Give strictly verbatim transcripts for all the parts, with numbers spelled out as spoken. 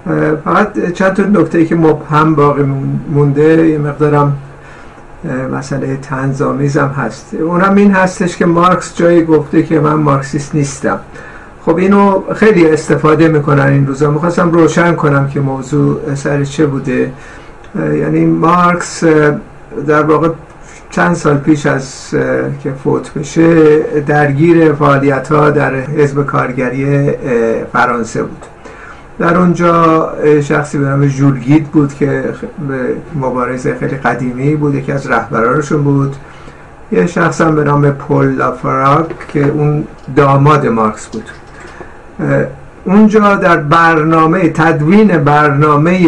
فقط چند تا نکته‌ای که مبهم باقی مونده، یه مقدارم مسئله طنزآمیز هم هست. اونم این هستش که مارکس جایی گفته که من مارکسیست نیستم. خب اینو خیلی استفاده میکنن این روزا. میخواستم روشن کنم که موضوع سر چه بوده. یعنی مارکس در واقع چند سال پیش از که فوت بشه درگیر فعالیت‌ها در حزب کارگری فرانسه بود. در اونجا شخصی به نام ژول گید بود که مبارز خیلی قدیمی بود، یکی از رهبرانشون بود. یه شخص هم به نام پل لافراگ که اون داماد مارکس بود. اونجا در برنامه تدوین برنامه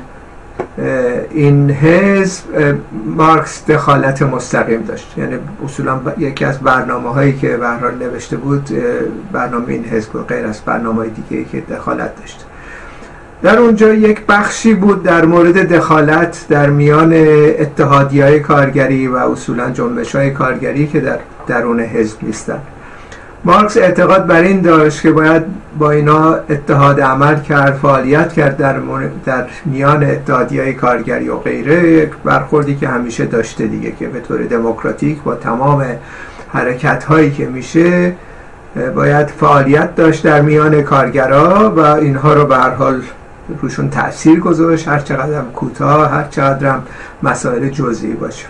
این حزب مارکس دخالت مستقیم داشت. یعنی اصولا یکی از برنامه هایی که به هر حال نوشته بود برنامه این حزب و غیر از برنامه دیگه که دخالت داشت. در اونجا یک بخشی بود در مورد دخالت در میان اتحادیه‌های کارگری و اصولا جنبش‌های کارگری که در درون حزب نیستن. مارکس اعتقاد بر این داشت که باید با اینا اتحاد عمل کرد، فعالیت کرد در, در میان اتحادیه‌های کارگری و غیره، یک برخوردی که همیشه داشته دیگه، که به طور دموکراتیک با تمام حرکت‌هایی که میشه باید فعالیت داشت در میان کارگرها و اینها رو به هر حال روشون تأثیر گذاشت، هر چقدر هم کوتاه، هر چقدر هم مسائل جزئی باشه.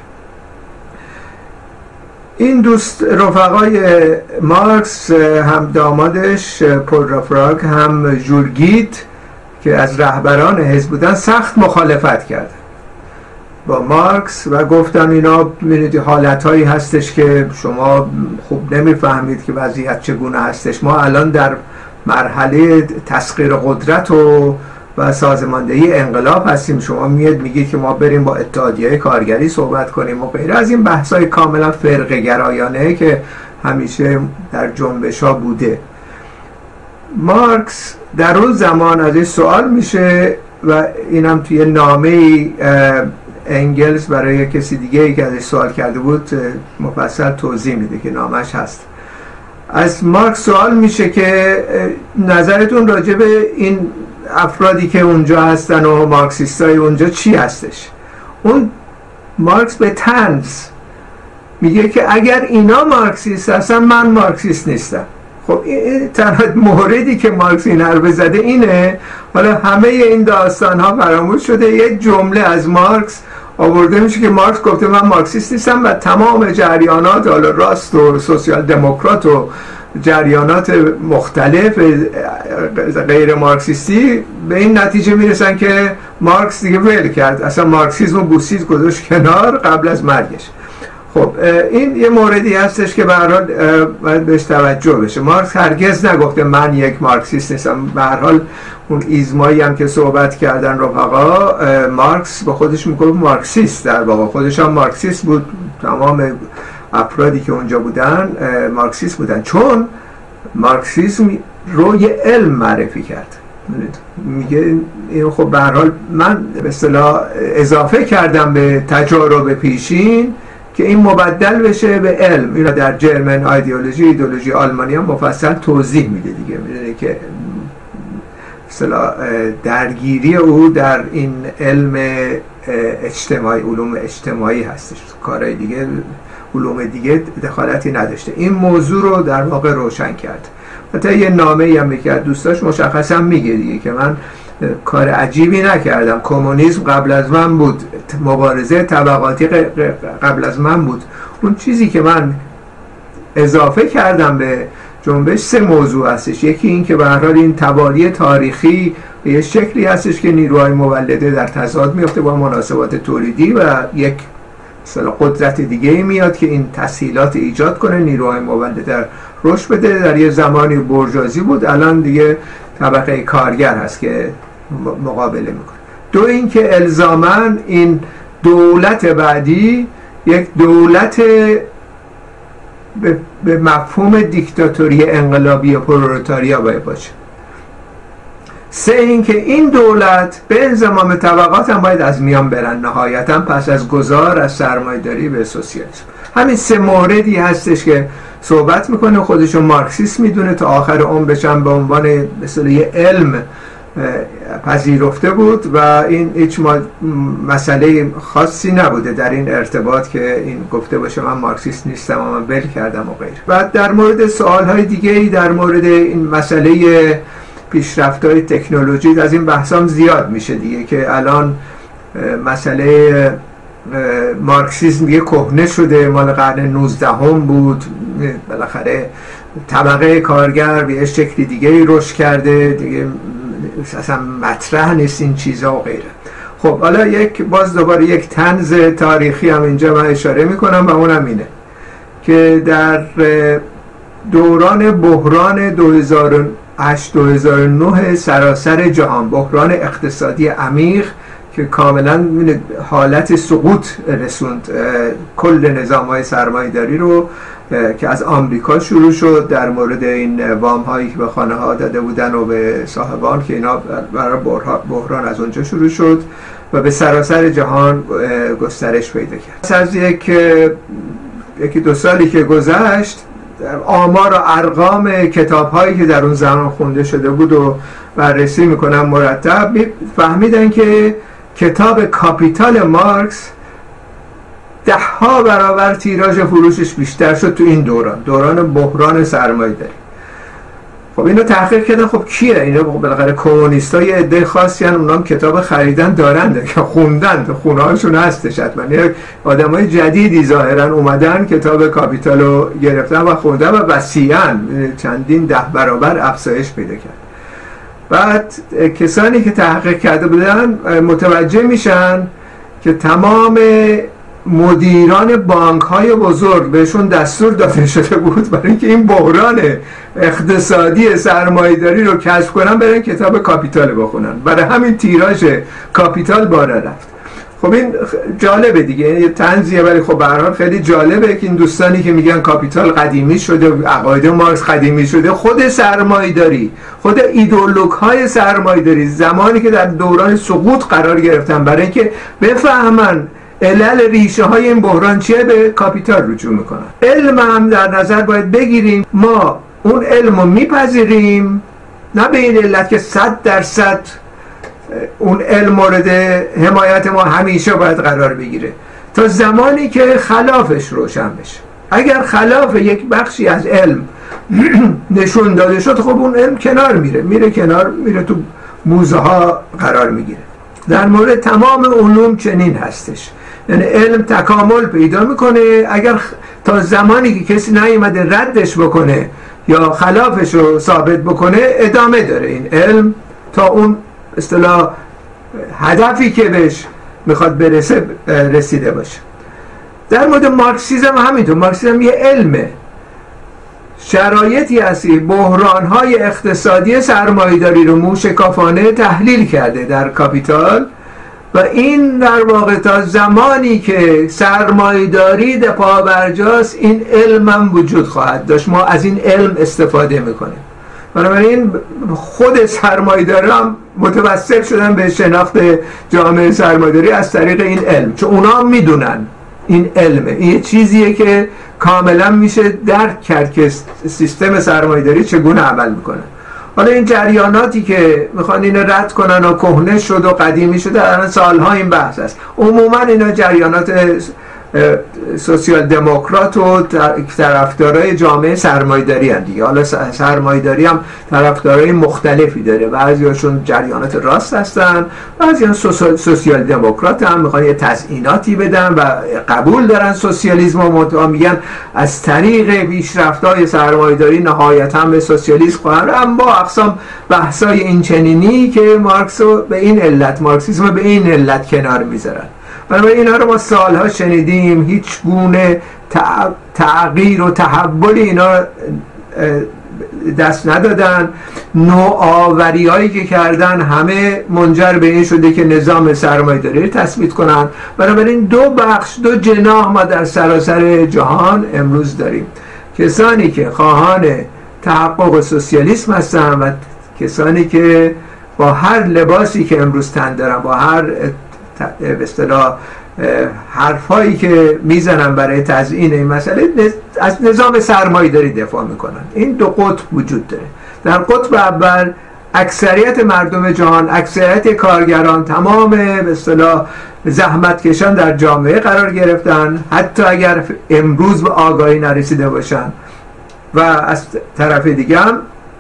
این دوست رفقای مارکس، هم دامادش پل لافراگ هم ژول گید که از رهبران حزب بودن، سخت مخالفت کرد با مارکس و گفتن اینا ببینید حالتهایی هستش که شما خوب نمیفهمید که وضعیت چگونه هستش. ما الان در مرحله تسخیر قدرت و و سازماندهی انقلاب هستیم. شما میاد میگید که ما بریم با اتحادیه کارگری صحبت کنیم و غیره از این بحث‌های کاملا فرقه گرایانه که همیشه در جنبش ها بوده. مارکس در اون زمان از این سوال میشه و اینم توی نامه انگلز برای کسی دیگه ای که ازش سوال کرده بود مفصل توضیح میده که نامش هست. از مارکس سوال میشه که نظرتون راجع به این افرادی که اونجا هستن و مارکسیستای اونجا چی هستش؟ اون مارکس به طنز میگه که اگر اینا مارکسیست هستن من مارکسیست نیستم. خب این تنها موردی که مارکس این حرف زده اینه. حالا همه این داستان ها فراموش شده، یک جمله از مارکس آورده میشه که مارکس گفته من مارکسیست نیستم و تمام جریانات حالا راست و سوسیال دموکرات و جریانات مختلف غیر مارکسیستی به این نتیجه میرسن که مارکس دیگه ول کرد، اصلا مارکسیسم و بوسید گذاشت کنار قبل از مرگش. خب این یه موردی هستش که به هر حال باید بهش توجه بشه. مارکس هرگز نگفته من یک مارکسیست نیستم. به هر حال اون ایزمایی هم که صحبت کردن رفقا، مارکس به خودش میگه مارکسیست، در واقع خودش هم مارکسیست بود. تمام افرادی که اونجا بودن مارکسیست بودن، چون مارکسیسم رو یه علم معرفی کرد. میگه این خب به هر حال من به اصطلاح اضافه کردم به تجارب پیشین که این مبدل بشه به علم. اینا در جرمن ایدئولوژی ایدئولوژی آلمانی هم مفصل توضیح میده دیگه. میدونه که اصطلاح درگیری او در این علم اجتماعی، علوم اجتماعی هستش، کارهای دیگه علوم دیگه دخالتی نداشته. این موضوع رو در واقع روشن کرد. حتی یه نامه‌ای هم میکرد دوستاش مشخصا میگه دیگه که من کار عجیبی نکردم، کمونیسم قبل از من بود، مبارزه طبقاتی قبل از من بود. اون چیزی که من اضافه کردم به جنبش سه موضوع هستش. یکی این که به هر حال این توالی تاریخی به یه شکلی هستش که نیروهای مولده در تضاد میفته با مناسبات تولیدی و یک مثلا قدرت دیگه میاد که این تسهیلات ایجاد کنه، نیروهای مولده در رشد بده. در یه زمانی بورژوازی بود، الان دیگه طبقه کارگر هست که مقابله میکنه. دو این که الزاماً این دولت بعدی یک دولت به مفهوم دیکتاتوری انقلابی پرولتاریا باید باشه. سه این که این دولت به انضمام طبقات هم باید از میان برن نهایتاً پس از گذار از سرمایه‌داری به سوسیالیسم. همین سه موردی هستش که صحبت میکنه. خودشو مارکسیست میدونه، تا آخر عمرش هم به عنوان مثلا یه علم پذیرفته بود و این هیچ مسئله خاصی نبوده در این ارتباط که این گفته باشه من مارکسیست نیستم و من بل کردم و غیره. بعد در مورد سوالهای دیگه‌ای در مورد این مسئله پیشرفت‌های تکنولوژی از این بحثام زیاد میشه دیگه که الان مسئله مارکسیسم یه کهنه شده، مال قرن نوزدهم بود، بالاخره طبقه کارگر به شکلی دیگه رشد کرده دیگه، اصلا مطرح نیست این چیزا و غیره. خب حالا یک باز دوباره یک طنز تاریخی هم اینجا من اشاره میکنم و اونم اینه که در دوران بحران دو هزار و هشت دو هزار و نه سراسر جهان، بحران اقتصادی عمیق که کاملا حالت سقوط رسوند کل نظام‌های سرمایه‌داری رو که از آمریکا شروع شد در مورد این وام هایی که به خانه ها داده بودن و به صاحبان که اینا برای بحران از اونجا شروع شد و به سراسر جهان گسترش پیدا کرد. از یک یکی دو سالی که گذشت آمار و ارقام کتاب هایی که در اون زمان خونده شده بود و بررسی میکنن مرتب، فهمیدن که کتاب کاپیتال مارکس ده ها برابر تیراژ فروشش بیشتر شد تو این دوران، دوران بحران سرمایه‌داری. خب اینو تحقیق کردن، خب کیه اینا؟ بالاخره کمونیست‌ها یه عده خاصی ان، اونام کتاب خریدن دارن که خوندن، تو خونه‌هاشون هستش حتما. آدمای جدیدی ظاهرا اومدن کتاب کاپیتالو گرفتن و خوندن و وسیعاً چندین ده برابر افزایش پیدا کرد. بعد کسانی که تحقیق کرده بودن متوجه میشن که تمام مدیران بانک های بزرگ بهشون دستور داده شده بود برای اینکه این بحران اقتصادی سرمایه‌داری رو کشف کنن برن کتاب کاپیتال بخونن، برای همین تیراژ کاپیتال بالا رفت. خب این جالبه دیگه، یه طنزیه ولی خب به هر حال خیلی جالبه که این دوستانی که میگن کاپیتال قدیمی شده، عقاید مارکس قدیمی شده، خود سرمایه‌داری، خود ایدئولوگ های سرمایه‌داری زمانی که در دوران سقوط قرار گرفتن برای اینکه بفهمن علل ریشه های این بحران چیه به کاپیتال رجوع میکنن. علم هم در نظر باید بگیریم، ما اون علم رو میپذیریم نه به این علت که صد درصد اون علم مورد حمایت ما همیشه باید قرار بگیره، تا زمانی که خلافش روشن بشه. اگر خلاف یک بخشی از علم نشون داده شد، خب اون علم کنار میره میره کنار میره تو موزه ها قرار میگیره. در مورد تمام علوم چنین هستش، یعنی علم تکامل پیدا میکنه، اگر تا زمانی که کسی نیومده ردش بکنه یا خلافش رو ثابت بکنه ادامه داره این علم تا اون اصطلاح هدفی که بهش میخواد برسه رسیده باشه. در مورد مارکسیسم همینطور، مارکسیسم یه علمه، شرایطی هستی بحران‌های اقتصادی سرمایه‌داری رو موشکافانه تحلیل کرده در کاپیتال و این در واقع تا زمانی که سرمایه‌داری ده پابرجاست این علم هم وجود خواهد داشت، ما از این علم استفاده میکنیم. بنابراین خود سرمایه‌داران هم متوسل شدن به شناخت جامعه سرمایه‌داری از طریق این علم، چون اونا هم میدونن این علمه، این یه چیزیه که کاملا میشه درک کرد که سیستم سرمایه‌داری چگونه عمل میکنه. حالا این جریاناتی که میخوان اینو رد کنن و کهنه شد و قدیمی شده الان سالها این بحث است. عموما اینا جریانات سوسیال دموکرات و طرفدارای جامعه سرمایه‌داری ان دیگه. حالا سرمایه‌داری هم طرفدارای مختلفی داره، بعضیاشون جریانات راست هستن، بعضیان سوسیال دموکرات هم میخوان یه تزییناتی بدن و قبول دارن سوسیالیسم و میگن از طریق پیشرفت‌های سرمایه‌داری نهایتاً به سوسیالیسم خواهند. اما با اقسام بحثای این چنینی که مارکس رو به این علت، مارکسیسم به این علت کنار میذارن. بنابراین اینا رو ما سالها شنیدیم، هیچ گونه تغییر و تحولی اینا دست ندادن. نوآوری هایی که کردن همه منجر به این شده که نظام سرمایه‌داری رو تثبیت کنن. بنابراین دو بخش، دو جناح ما در سراسر جهان امروز داریم، کسانی که خواهان تحقق سوسیالیسم هستن و کسانی که با هر لباسی که امروز تن دارن، با هر به اصطلاح حرفایی که میزنن برای تزیین این مسئله، از نظام سرمایه‌داری دفاع میکنن. این دو قطب وجود داره. در قطب اول اکثریت مردم جهان، اکثریت کارگران، تمام به اصطلاح زحمتکشان در جامعه قرار گرفتن، حتی اگر امروز به آگاهی نرسیده باشن. و از طرف دیگه هم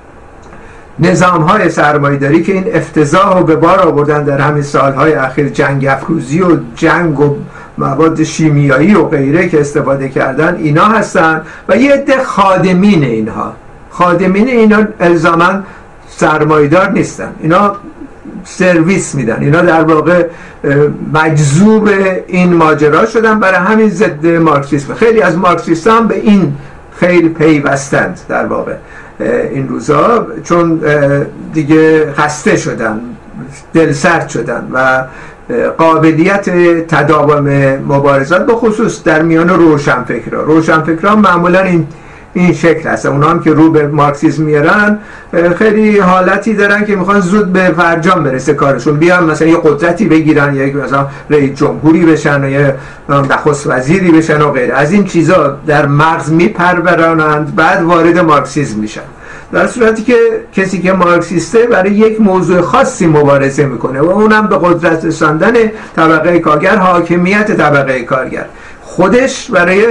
نظام های سرمایه‌داری که این افتضاح رو به بار آوردن در همین سالهای اخیر، جنگ افروزی و جنگ و مواد شیمیایی و غیره که استفاده کردن، اینا هستن. و یه عده خادمین اینها خادمین اینا الزاماً سرمایه‌دار نیستن، اینا سرویس میدن، اینا در واقع مجذوب این ماجرا شدن، برای همین ضد مارکسیسم. خیلی از مارکسیست‌ها هم به این خیلی پیوستند در واقع این روزا، چون دیگه خسته شدن، دلسرد شدن و قابلیت تداوم مبارزات به خصوص در میان روشنفکرها روشنفکرها معمولا این این شکل هست. اونا هم که رو به مارکسیسم میارن خیلی حالتی دارن که میخوان زود به فرجام برسه کارشون، بیان مثلا یه قدرتی بگیرن، یا مثلا رئیس جمهوری بشن، یا نخست وزیری بشن و غیره. از این چیزا در مغز میپرورانند، بعد وارد مارکسیسم میشن. در صورتی که کسی که مارکسیسته برای یک موضوع خاصی مبارزه میکنه و اونم به قدرت رساندن طبقه کارگر، حاکمیت طبقه کارگر. خودش برای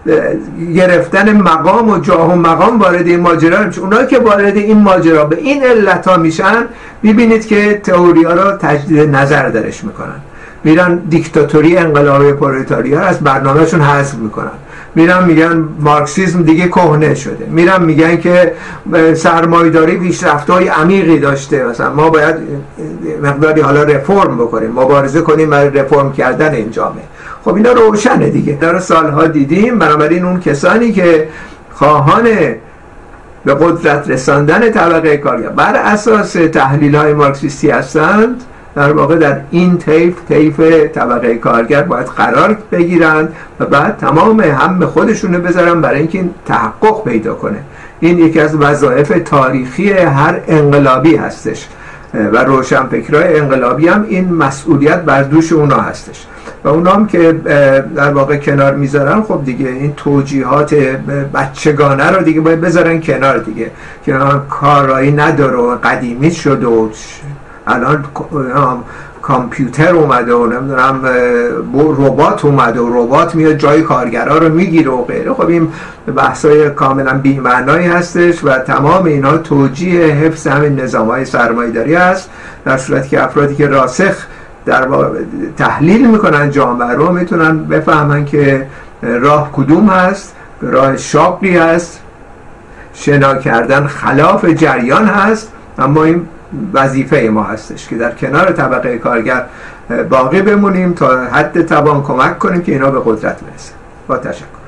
گرفتن مقام و جاه و مقام وارد این ماجرا میشه. اونایی که وارد این ماجرا به این علت ها میشن، میبینید که تئوری ها رو تجدید نظر درش میکنن، میرن دیکتاتوری انقلابی پرولتاریا از برنامهشون حذف میکنن، میرن میگن مارکسیسم دیگه کهنه شده، میرن میگن که سرمایه‌داری پیشرفت‌های عمیقی داشته، مثلا ما باید مقداری حالا رفرم بکنیم، مبارزه کنیم برای رفرم کردن این جامعه. خب اینا روشنه دیگه، در سالها دیدیم. بنابراین اون کسانی که خواهان به قدرت رساندن طبقه کارگر بر اساس تحلیل‌های مارکسیستی هستند، در واقع در این طیف طیف طبقه کارگر باید قرار بگیرند و بعد تمام هم خودشونه بذارن برای اینکه این تحقق پیدا کنه. این یکی از وظایف تاریخی هر انقلابی هستش و روشنفکرای انقلابی هم این مسئولیت بر دوش اونا هستش و اونا هم که در واقع کنار میذارن، خب دیگه این توجیهات بچگانه رو دیگه باید بذارن کنار دیگه، که کارایی نداره و قدیمی شده و الان کامپیوتر اومده و نمیدونم ربات اومده و ربات میاد جای کارگرها رو میگیره و غیره. خب این بحثای کاملا بی‌معنایی هستش و تمام اینا توجیه حفظ همین نظام‌های سرمایه‌داری است، در صورتی که افرادی که راسخ در تحلیل میکنن جامعه رو میتونن بفهمن که راه کدوم هست، راه شاقی هست، شنا کردن خلاف جریان هست. اما این وظیفه ما هستش که در کنار طبقه کارگر باقی بمونیم، تا حد توان کمک کنیم که اینا به قدرت برسن. با تشکر.